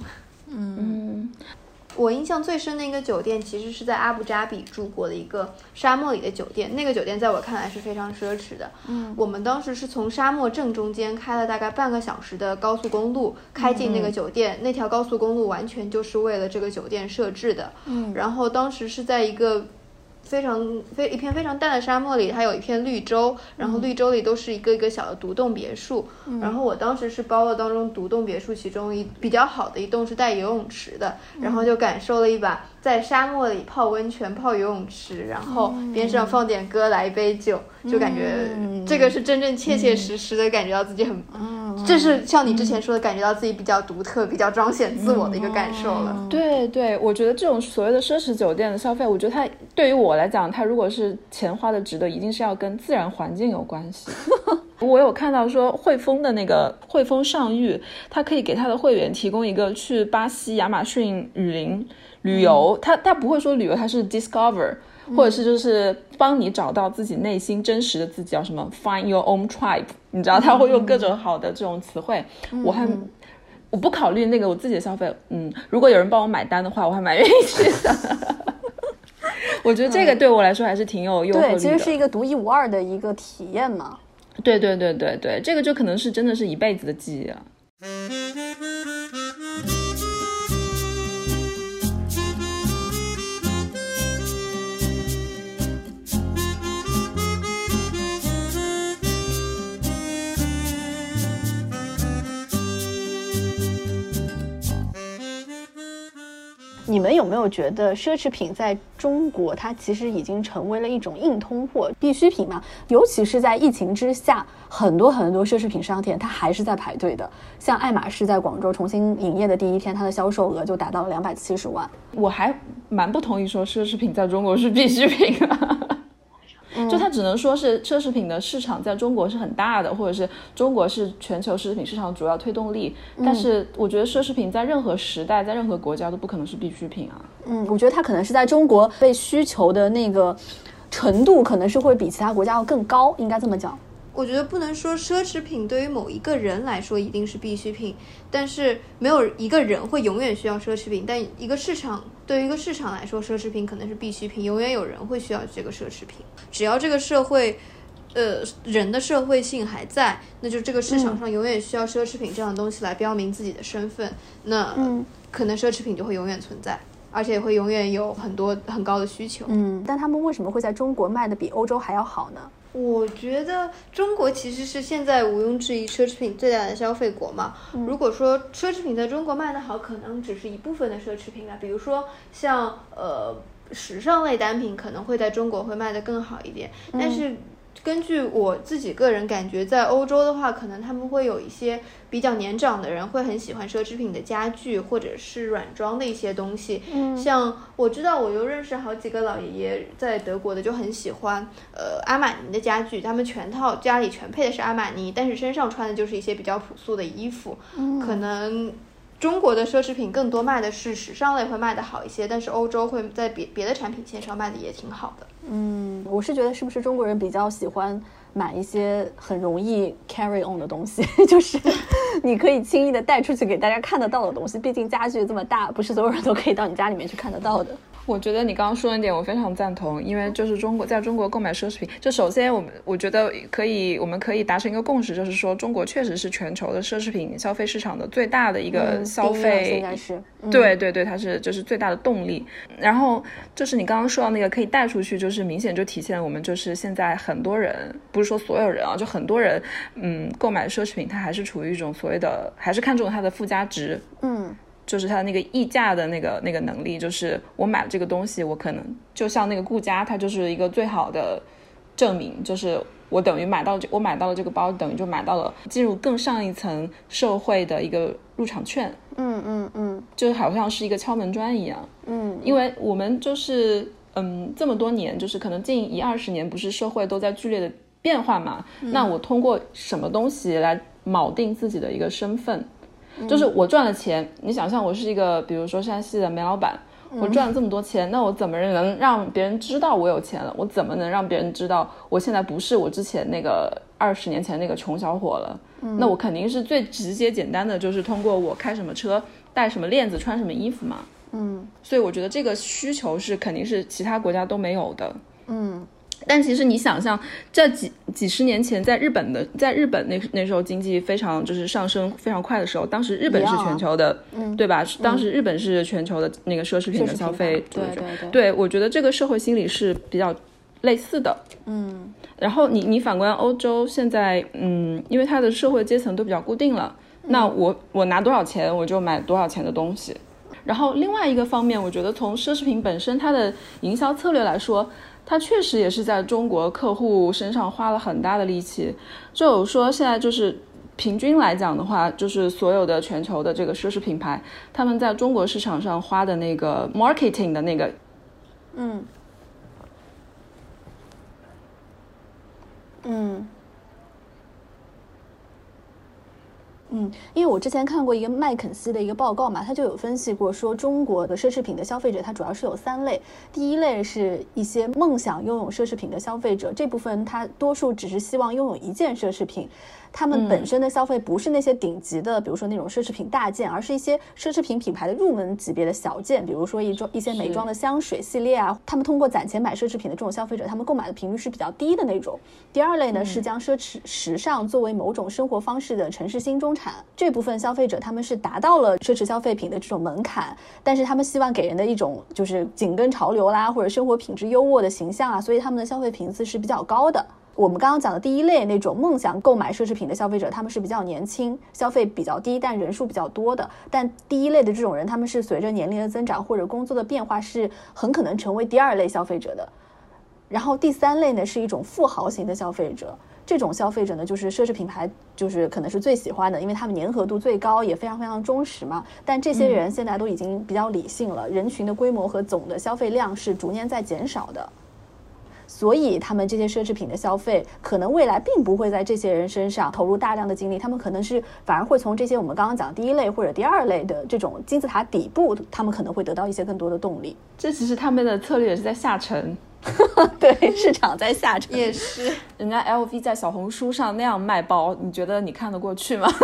我印象最深的一个酒店其实是在阿布扎比住过的一个沙漠里的酒店，那个酒店在我看来是非常奢侈的。我们当时是从沙漠正中间开了大概半个小时的高速公路开进那个酒店，那条高速公路完全就是为了这个酒店设置的。然后当时是在一个一片非常淡的沙漠里，它有一片绿洲，然后绿洲里都是一个一个小的独栋别墅，然后我当时是包了当中独栋别墅其中比较好的一栋是带游泳池的，然后就感受了一把在沙漠里泡温泉泡游泳池，然后边上放点歌来一杯酒，就感觉这个是真正切切实实的感觉到自己很这是像你之前说的感觉到自己比较独特比较彰显自我的一个感受了。 对对，我觉得这种所谓的奢侈酒店的消费，我觉得它对于我来讲，它如果是钱花的值得，一定是要跟自然环境有关系。我有看到说汇丰的那个汇丰上虞，它可以给它的会员提供一个去巴西亚马逊雨林旅游，它不会说旅游，它是 discover，或者是就是帮你找到自己内心真实的自己，叫什么 find your own tribe， 你知道他会用各种好的这种词汇，我不考虑那个我自己的消费，如果有人帮我买单的话，我还蛮愿意去的。我觉得这个对我来说还是挺有诱惑力的。 对，其实是一个独一无二的一个体验嘛。 对对对对对，这个就可能是真的是一辈子的记忆了。 你们有没有觉得奢侈品在中国它其实已经成为了一种硬通货必需品嘛？尤其是在疫情之下，很多很多奢侈品商店它还是在排队的。像爱马仕在广州重新营业的第一天，它的销售额就达到了270万。 我还蛮不同意说奢侈品在中国是必需品就它只能说是奢侈品的市场在中国是很大的，或者是中国是全球奢侈品市场主要推动力，但是我觉得奢侈品在任何时代在任何国家都不可能是必需品啊。 我觉得它可能是在中国被需求的那个程度可能是会比其他国家要更高，应该这么讲。 我觉得不能说奢侈品对于某一个人来说一定是必需品，但是没有一个人会永远需要奢侈品，但一个市场对于一个市场来说，奢侈品可能是必需品，永远有人会需要这个奢侈品。只要这个社会人的社会性还在，那就这个市场上永远需要奢侈品这样的东西来标明自己的身份，那可能奢侈品就会永远存在，而且会永远有很多很高的需求。 但他们为什么会在中国卖的比欧洲还要好呢？ 我觉得中国其实是现在毋庸置疑奢侈品最大的消费国嘛。如果说奢侈品在中国卖得好，可能只是一部分的奢侈品吧，比如说像时尚类单品可能会在中国会卖得更好一点，但是根据我自己个人感觉，在欧洲的话，可能他们会有一些比较年长的人会很喜欢奢侈品的家具或者是软装的一些东西。像我知道我又认识好几个老爷爷在德国的，就很喜欢阿玛尼的家具，他们全套家里全配的是阿玛尼，但是身上穿的就是一些比较朴素的衣服。可能中国的奢侈品更多卖的是时尚类会卖的好一些，但是欧洲会在别的产品线上卖的也挺好的。 我是觉得是不是中国人比较喜欢买一些很容易 carry on 的东西，就是你可以轻易的带出去给大家看得到的东西，毕竟家具这么大，不是所有人都可以到你家里面去看得到的。 我觉得你刚刚说的一点我非常赞同，因为就是在中国购买奢侈品，就首先我觉得我们可以达成一个共识，就是说中国确实是全球的奢侈品消费市场的最大的一个消费， 应该是对对对，它是就是最大的动力。然后就是你刚刚说到那个可以带出去，就是明显就体现了我们就是现在很多人，不是说所有人啊，就很多人购买奢侈品，它还是处于一种所谓的还是看重它的附加值。就是它那个溢价的那个能力，就是我买了这个东西，我可能就像那个顾家，它就是一个最好的证明，就是我等于买到了这个包，等于就买到了进入更上一层社会的一个入场券。就好像是一个敲门砖一样。因为我们就是这么多年，就是可能近10-20年，不是社会都在剧烈的变化嘛？那我通过什么东西来锚定自己的一个身份？就是我赚了钱，你想象我是一个比如说山西的煤老板，我赚了这么多钱，那我怎么能让别人知道我有钱了？我怎么能让别人知道我现在不是我之前那个20年前那个穷小伙了？那我肯定是最直接简单的，就是通过我开什么车，戴什么链子，穿什么衣服嘛。所以我觉得这个需求是肯定是其他国家都没有的。 但其实你想象，这几十年前，在日本那时候经济非常就是上升非常快的时候，当时日本是全球的，对吧？当时日本是全球的那个奢侈品的消费，对，我觉得这个社会心理是比较类似的。然后你反观欧洲现在，因为它的社会阶层都比较固定了，那我拿多少钱我就买多少钱的东西。然后另外一个方面，我觉得从奢侈品本身它的营销策略来说，它确实也是在中国客户身上花了很大的力气。就有说现在就是平均来讲的话，就是所有的全球的这个奢侈品牌，他们在中国市场上花的那个 marketing 的那个因为我之前看过一个麦肯锡的一个报告嘛，他就有分析过说，中国的奢侈品的消费者它主要是有3类。第一类是一些梦想拥有奢侈品的消费者，这部分他多数只是希望拥有一件奢侈品，他们本身的消费不是那些顶级的，比如说那种奢侈品大件，而是一些奢侈品品牌的入门级别的小件，比如说一些美妆的香水系列啊。他们通过攒钱买奢侈品的这种消费者，他们购买的频率是比较低的那种。第二类呢，是将奢侈时尚作为某种生活方式的城市新中产，这部分消费者他们是达到了奢侈消费品的这种门槛，但是他们希望给人的一种就是紧跟潮流啦，或者生活品质优渥的形象啊，所以他们的消费频次是比较高的。我们刚刚讲的第一类那种梦想购买奢侈品的消费者，他们是比较年轻，消费比较低，但人数比较多的。但第一类的这种人，他们是随着年龄的增长或者工作的变化，是很可能成为第二类消费者的。然后第3类呢，是一种富豪型的消费者，这种消费者呢，就是奢侈品牌就是可能是最喜欢的，因为他们粘合度最高，也非常非常忠实嘛。但这些人现在都已经比较理性了，人群的规模和总的消费量是逐年在减少的，所以他们这些奢侈品的消费可能未来并不会在这些人身上投入大量的精力，他们可能是反而会从这些我们刚刚讲第一类或者第二类的这种金字塔底部，他们可能会得到一些更多的动力。 这其实他们的策略也是在下沉对，市场在下沉。 也是， 人家 LV 在小红书上那样卖包，你觉得你看得过去吗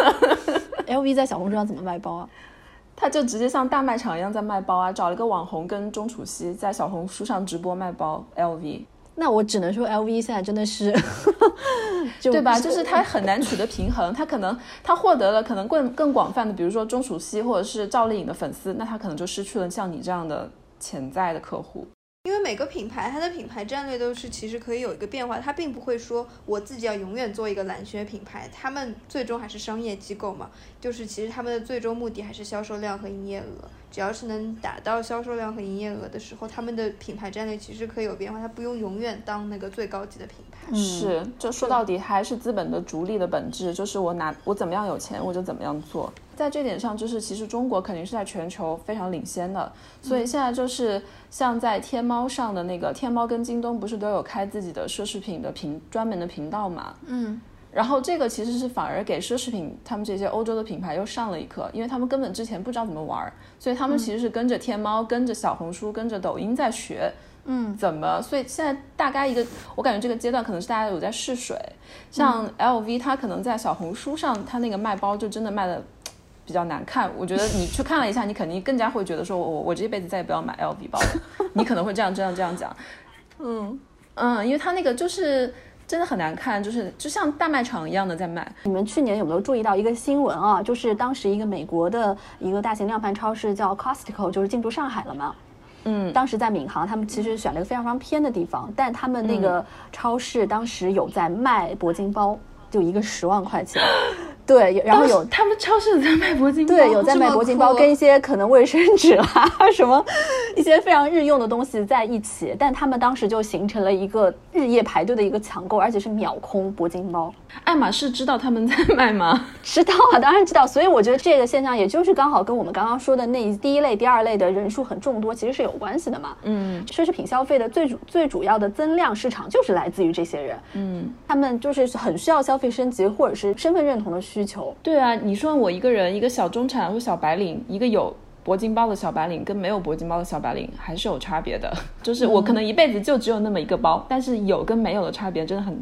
LV 在小红书上怎么卖包啊？ 他就直接像大卖场一样在卖包啊，找了个网红跟钟楚曦在小红书上直播卖包 LV。 那我只能说 LV 现在真的是对吧，就是他很难取得平衡，他获得了可能更广泛的，比如说钟楚曦或者是赵丽颖的粉丝，那他可能就失去了像你这样的潜在的客户。 因为每个品牌它的品牌战略都是其实可以有一个变化，它并不会说我自己要永远做一个蓝靴品牌，他们最终还是商业机构嘛，就是其实他们的最终目的还是销售量和营业额，只要是能达到销售量和营业额的时候，他们的品牌战略其实可以有变化，它不用永远当那个最高级的品牌。 是，就说到底还是资本的逐利的本质，就是我怎么样有钱我就怎么样做。在这点上，就是其实中国肯定是在全球非常领先的，所以现在就是像在天猫上的那个天猫跟京东不是都有开自己的奢侈品的专门的频道嘛，然后这个其实是反而给奢侈品他们这些欧洲的品牌又上了一课，因为他们根本之前不知道怎么玩，所以他们其实是跟着天猫跟着小红书跟着抖音在学怎么，所以现在大概我感觉这个阶段可能是大家有在试水，像 LV 它可能在小红书上它那个卖包就真的卖的比较难看，我觉得你去看了一下，你肯定更加会觉得说我这辈子再也不要买 LV 包了你可能会这样讲因为它那个就是真的很难看，就像大卖场一样的在卖。 你们去年有没有注意到一个新闻啊？就是当时一个美国的一个大型量贩超市叫 Costco 就是进驻上海了嘛，当时在闵行，他们其实选了一个非常非常偏的地方，但他们那个超市当时有在卖铂金包，就一个10万块钱对，然后他们超市在卖铂金包， 对，有在卖铂金包跟一些可能卫生纸啦什么一些非常日用的东西在一起，但他们当时就形成了一个日夜排队的一个抢购，而且是秒空铂金包。 爱马仕知道他们在卖吗？ 知道啊，当然知道。所以我觉得这个现象也就是刚好跟我们刚刚说的那第一类第二类的人数很众多其实是有关系的嘛。奢侈品消费的最主要的增量市场就是来自于这些人。他们就是很需要消费升级或者是身份认同的需求。 对啊，你说我一个人，一个小中产或小白领，一个有铂金包的小白领跟没有铂金包的小白领还是有差别的，就是我可能一辈子就只有那么一个包，但是有跟没有的差别真的很大。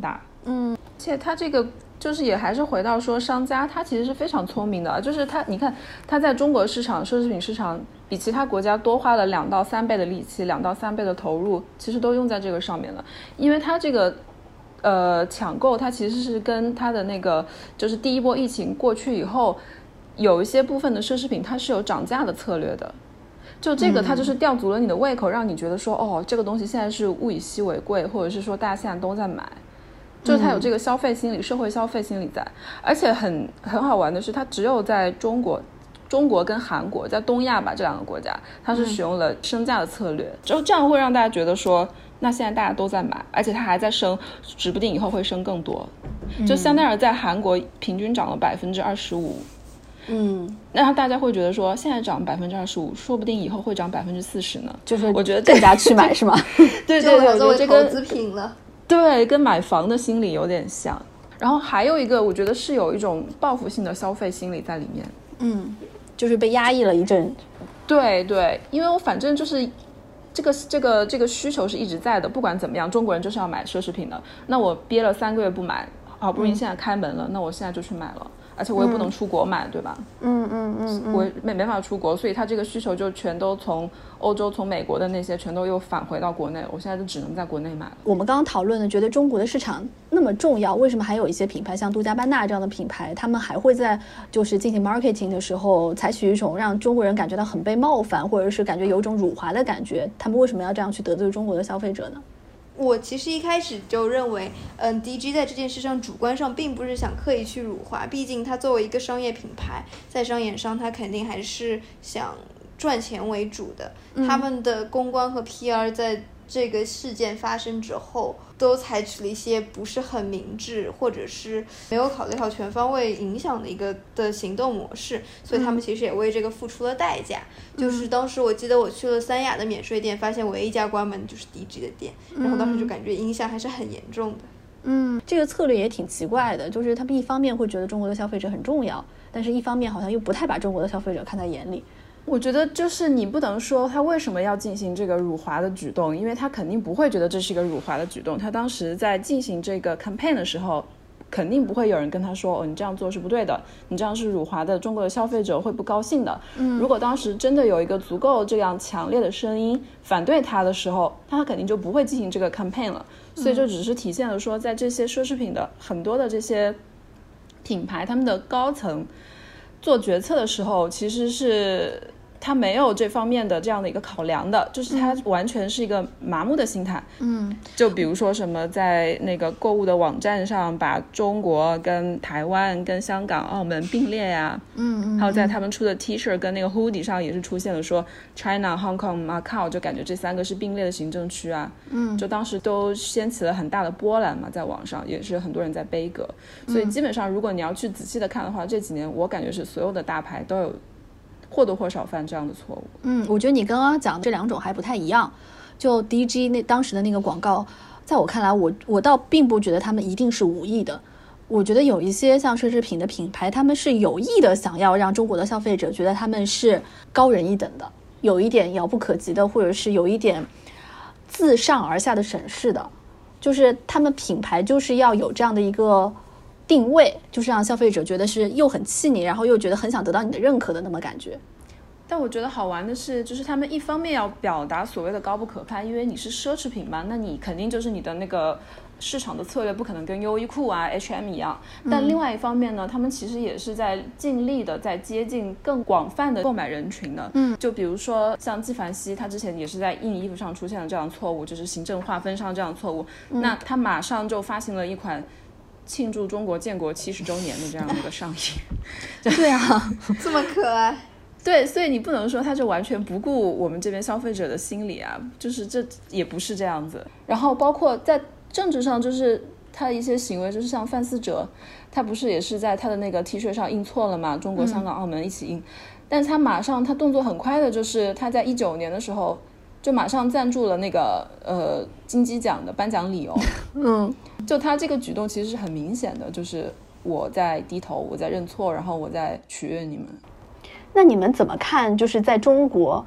而且他这个就是也还是回到说商家他其实是非常聪明的，就是他你看他在中国市场奢侈品市场比其他国家多花了2到3倍的力气，2到3倍的投入，其实都用在这个上面了。因为他这个抢购它其实是跟它的那个就是第一波疫情过去以后，有一些部分的奢侈品它是有涨价的策略的，就这个它就是吊足了你的胃口，让你觉得说哦这个东西现在是物以稀为贵，或者是说大家现在都在买，就是它有这个消费心理，社会消费心理在。而且很好玩的是，它只有在中国跟韩国，在东亚吧这2个国家，它是使用了升价的策略，就这样会让大家觉得说那现在大家都在买，而且它还在升，指不定以后会升更多。就香奈儿在韩国平均涨了25%，那大家会觉得说现在涨25%，说不定以后会涨40%呢。 就是我觉得更加去买是吗？ 对对对， 作为我觉得投资品了。 对，跟买房的心理有点像。然后还有一个，我觉得是有一种报复性的消费心理在里面。 就是被压抑了一阵。 对对，因为我反正就是这个需求是一直在的，不管怎么样，中国人就是要买奢侈品的。那我憋了3个月不买，好不容易现在开门了，那我现在就去买了，而且我也不能出国买，对吧？我没法出国，所以它这个需求就全都从欧洲、从美国的那些全都又返回到国内，我现在就只能在国内买了。 我们刚刚讨论的，觉得中国的市场那么重要，为什么还有一些品牌像杜嘉班纳这样的品牌，他们还会在就是进行 marketing 的时候采取一种让中国人感觉到很被冒犯，或者是感觉有一种辱华的感觉？他们为什么要这样去得罪中国的消费者呢？ 我其实一开始就认为，DG 在这件事上主观上并不是想刻意去辱华，毕竟它作为一个商业品牌，在商演上它肯定还是想赚钱为主的。他们的公关和 PR 在这个事件发生之后，都采取了一些不是很明智，或者是没有考虑好全方位影响的一个的行动模式，所以他们其实也为这个付出了代价。就是当时我记得我去了三亚的免税店，发现唯一一家关门就是 DG 的店，然后当时就感觉影响还是很严重的。 这个策略也挺奇怪的，就是他们一方面会觉得中国的消费者很重要，但是一方面好像又不太把中国的消费者看在眼里。 我觉得就是你不能说他为什么要进行这个辱华的举动，因为他肯定不会觉得这是一个辱华的举动。他当时在进行这个 campaign 的时候，肯定不会有人跟他说你这样做是不对的，你这样是辱华的，中国的消费者会不高兴的。如果当时真的有一个足够这样强烈的声音反对他的时候，他肯定就不会进行这个 campaign 了。所以这只是体现了说，在这些奢侈品的很多的这些品牌，他们的高层做决策的时候，其实是他没有这方面的这样的一个考量的，就是他完全是一个麻木的心态。就比如说什么在那个购物的网站上把中国跟台湾跟香港澳门并列呀，还有在他们出的 T 恤跟那个 hoodie 上也是出现了说 China Hong Kong Macau， 就感觉这3个是并列的行政区啊。就当时都掀起了很大的波澜嘛，在网上也是很多人在悲歌。所以基本上如果你要去仔细的看的话，这几年我感觉是所有的大牌都有或多或少犯这样的错误。 我觉得你刚刚讲的这2种还不太一样。就 DG 当时的那个广告，在我看来，我倒并不觉得他们一定是无意的。我觉得有一些像奢侈品的品牌，他们是有意的想要让中国的消费者觉得他们是高人一等的，有一点遥不可及的，或者是有一点自上而下的审视的。就是他们品牌就是要有这样的一个定位，就是让消费者觉得是又很气你，然后又觉得很想得到你的认可的那么感觉。 但我觉得好玩的是，就是他们一方面要表达所谓的高不可攀，因为你是奢侈品嘛，那你肯定就是你的那个市场的策略不可能跟优衣库啊 H&M 一样。但另外一方面呢，他们其实也是在尽力的在接近更广泛的购买人群的。就比如说像纪梵希，他之前也是在印衣服上出现了这样的错误，就是行政划分上这样的错误。那他马上就发行了一款庆祝中国建国70周年的这样的一个上衣。 对啊， 这么可爱。 对，所以你不能说他就完全不顾我们这边消费者的心理啊，就是这也不是这样子。然后包括在政治上，就是他的一些行为，就是像范思哲，他不是也是在他的那个 T 恤上印错了嘛，中国香港澳门一起印。但是他马上他动作很快的，就是他在19年的时候就马上赞助了那个金鸡奖的颁奖礼哦。就他这个举动其实是很明显的，就是我在低头，我在认错，然后我在取悦你们。 那你们怎么看就是在中国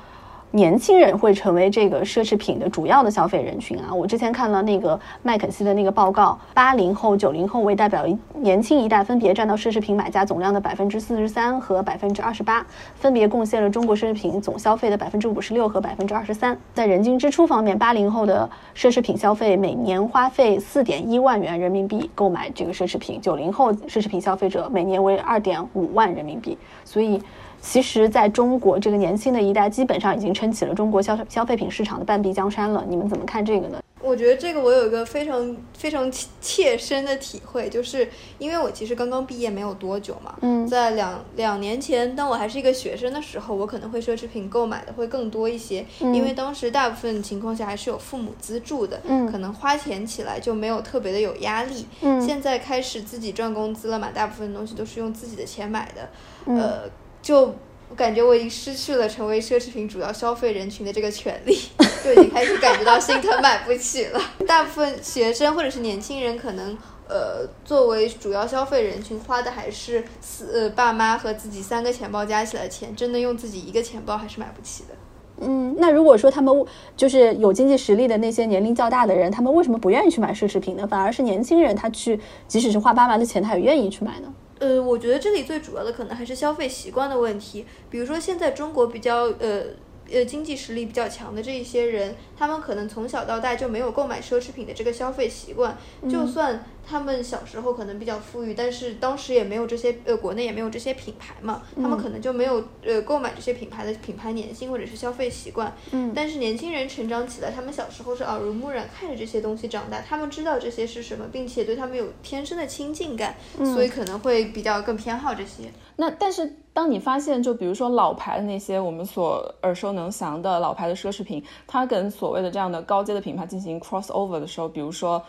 年轻人会成为这个奢侈品的主要的消费人群啊。我之前看了那个麦肯锡的那个报告，80后、90后为代表年轻一代，分别占到奢侈品买家总量的43%和28%，分别贡献了中国奢侈品总消费的56%和23%。在人均支出方面，80后的奢侈品消费每年花费4.1万元人民币购买这个奢侈品，90后奢侈品消费者每年为2.5万人民币。所以其实在中国这个年轻的一代基本上已经撑起了中国消费品市场的半壁江山了。你们怎么看这个呢？ 我觉得这个我有一个非常非常切身的体会，就是因为我其实刚刚毕业没有多久嘛，在两年前当我还是一个学生的时候，我可能会奢侈品购买的会更多一些，因为当时大部分情况下还是有父母资助的，可能花钱起来就没有特别的有压力。现在开始自己赚工资了嘛，大部分东西都是用自己的钱买的，就感觉我已经失去了成为奢侈品主要消费人群的这个权利，就已经开始感觉到心疼买不起了。大部分学生或者是年轻人可能作为主要消费人群花的还是爸妈和自己3个钱包加起来的钱，真的用自己1个钱包还是买不起的。 那如果说他们就是有经济实力的那些年龄较大的人，他们为什么不愿意去买奢侈品呢？反而是年轻人他去即使是花爸妈的钱他也愿意去买呢？ 我觉得这里最主要的可能还是消费习惯的问题。比如说现在中国比较经济实力比较强的这一些人，他们可能从小到大就没有购买奢侈品的这个消费习惯，就算他们小时候可能比较富裕，但是当时也没有这些国内也没有这些品牌嘛，他们可能就没有购买这些品牌的品牌粘性或者是消费习惯。但是年轻人成长起来，他们小时候是耳濡目染看着这些东西长大，他们知道这些是什么，并且对他们有天生的亲近感，所以可能会比较更偏好这些。 那但是当你发现就比如说老牌的那些我们所耳熟能详的老牌的奢侈品，它跟所谓的这样的高阶的品牌进行 crossover 的时候，比如说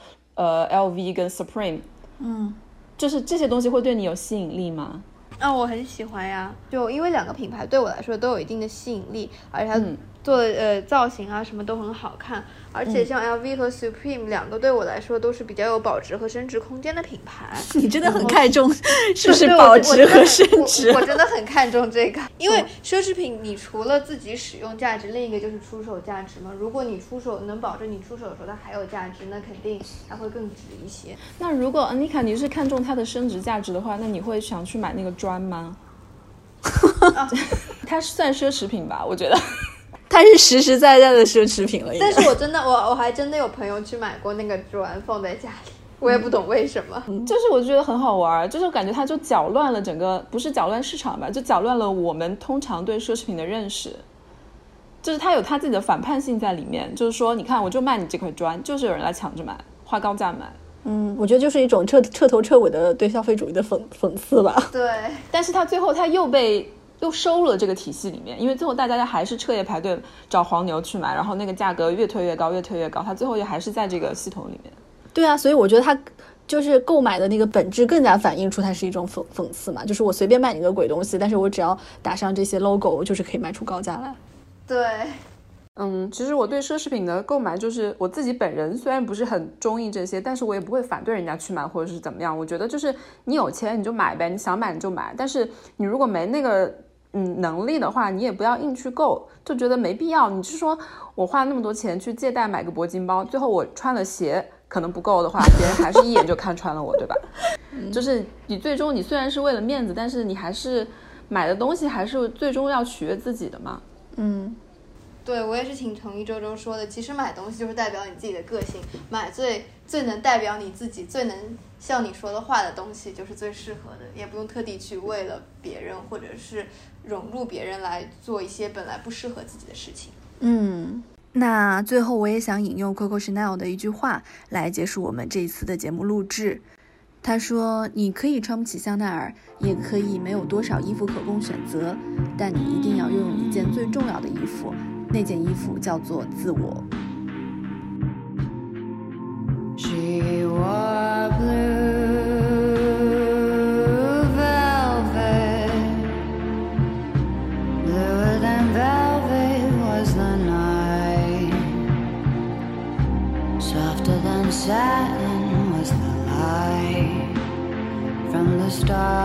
LV 跟 Supreme， 就是这些东西会对你有吸引力吗？ 我很喜欢呀，就因为2个品牌对我来说都有一定的吸引力，而且它做的造型啊什么都很好看，而且像 LV 和 Supreme 2个对我来说都是比较有保值和升值空间的品牌。 你真的很看重是不是保值和升值？ 我真的很看重这个，因为奢侈品你除了自己使用价值，另一个就是出手价值嘛。如果你出手能保证你出手的时候它还有价值，那肯定它会更值一些。 那如果 Anika 你是看重它的升值价值的话，那你会想去买那个砖吗？它算奢侈品吧，我觉得它是实实在在的奢侈品了。 但是我还真的有朋友去买过那个砖放在家里，我也不懂为什么。 就是我觉得很好玩，就是感觉它就搅乱了整个，不是搅乱市场吧，就搅乱了我们通常对奢侈品的认识。就是它有它自己的反叛性在里面，就是说你看我就卖你这块砖，就是有人来抢着买，花高价买。 我觉得就是一种彻头彻尾的对消费主义的讽刺吧。 对， 但是它最后它又收了这个体系里面，因为最后大家还是彻夜排队找黄牛去买，然后那个价格越推越高，越推越高，它最后也还是在这个系统里面。 对啊，所以我觉得它就是购买的那个本质更加反映出它是一种讽刺嘛，就是我随便卖你个鬼东西，但是我只要打上这些 logo 就是可以卖出高价来。 对。 其实我对奢侈品的购买，就是我自己本人虽然不是很中意这些，但是我也不会反对人家去买或者是怎么样。我觉得就是你有钱你就买呗，你想买你就买，但是你如果没那个能力的话，你也不要硬去购，就觉得没必要。你是说我花那么多钱去借贷买个铂金包，最后我穿了鞋可能不够的话，别人还是一眼就看穿了我，对吧？就是你最终你虽然是为了面子，但是你还是买的东西还是最终要取悦自己的嘛。 对，我也是挺同意周周说的，其实买东西就是代表你自己的个性，买最能代表你自己，最能像你说的话的东西就是最适合的，也不用特地去为了别人或者是融入别人来做一些本来不适合自己的事情。 那最后我也想引用 Coco Chanel 的一句话来结束我们这一次的节目录制。他说，你可以穿不起香奈儿，也可以没有多少衣服可供选择，但你一定要拥有一件最重要的衣服，那件衣服叫做自我。 She wore blue velvet, bluer than velvet was the night, softer than satin was the light from the stars.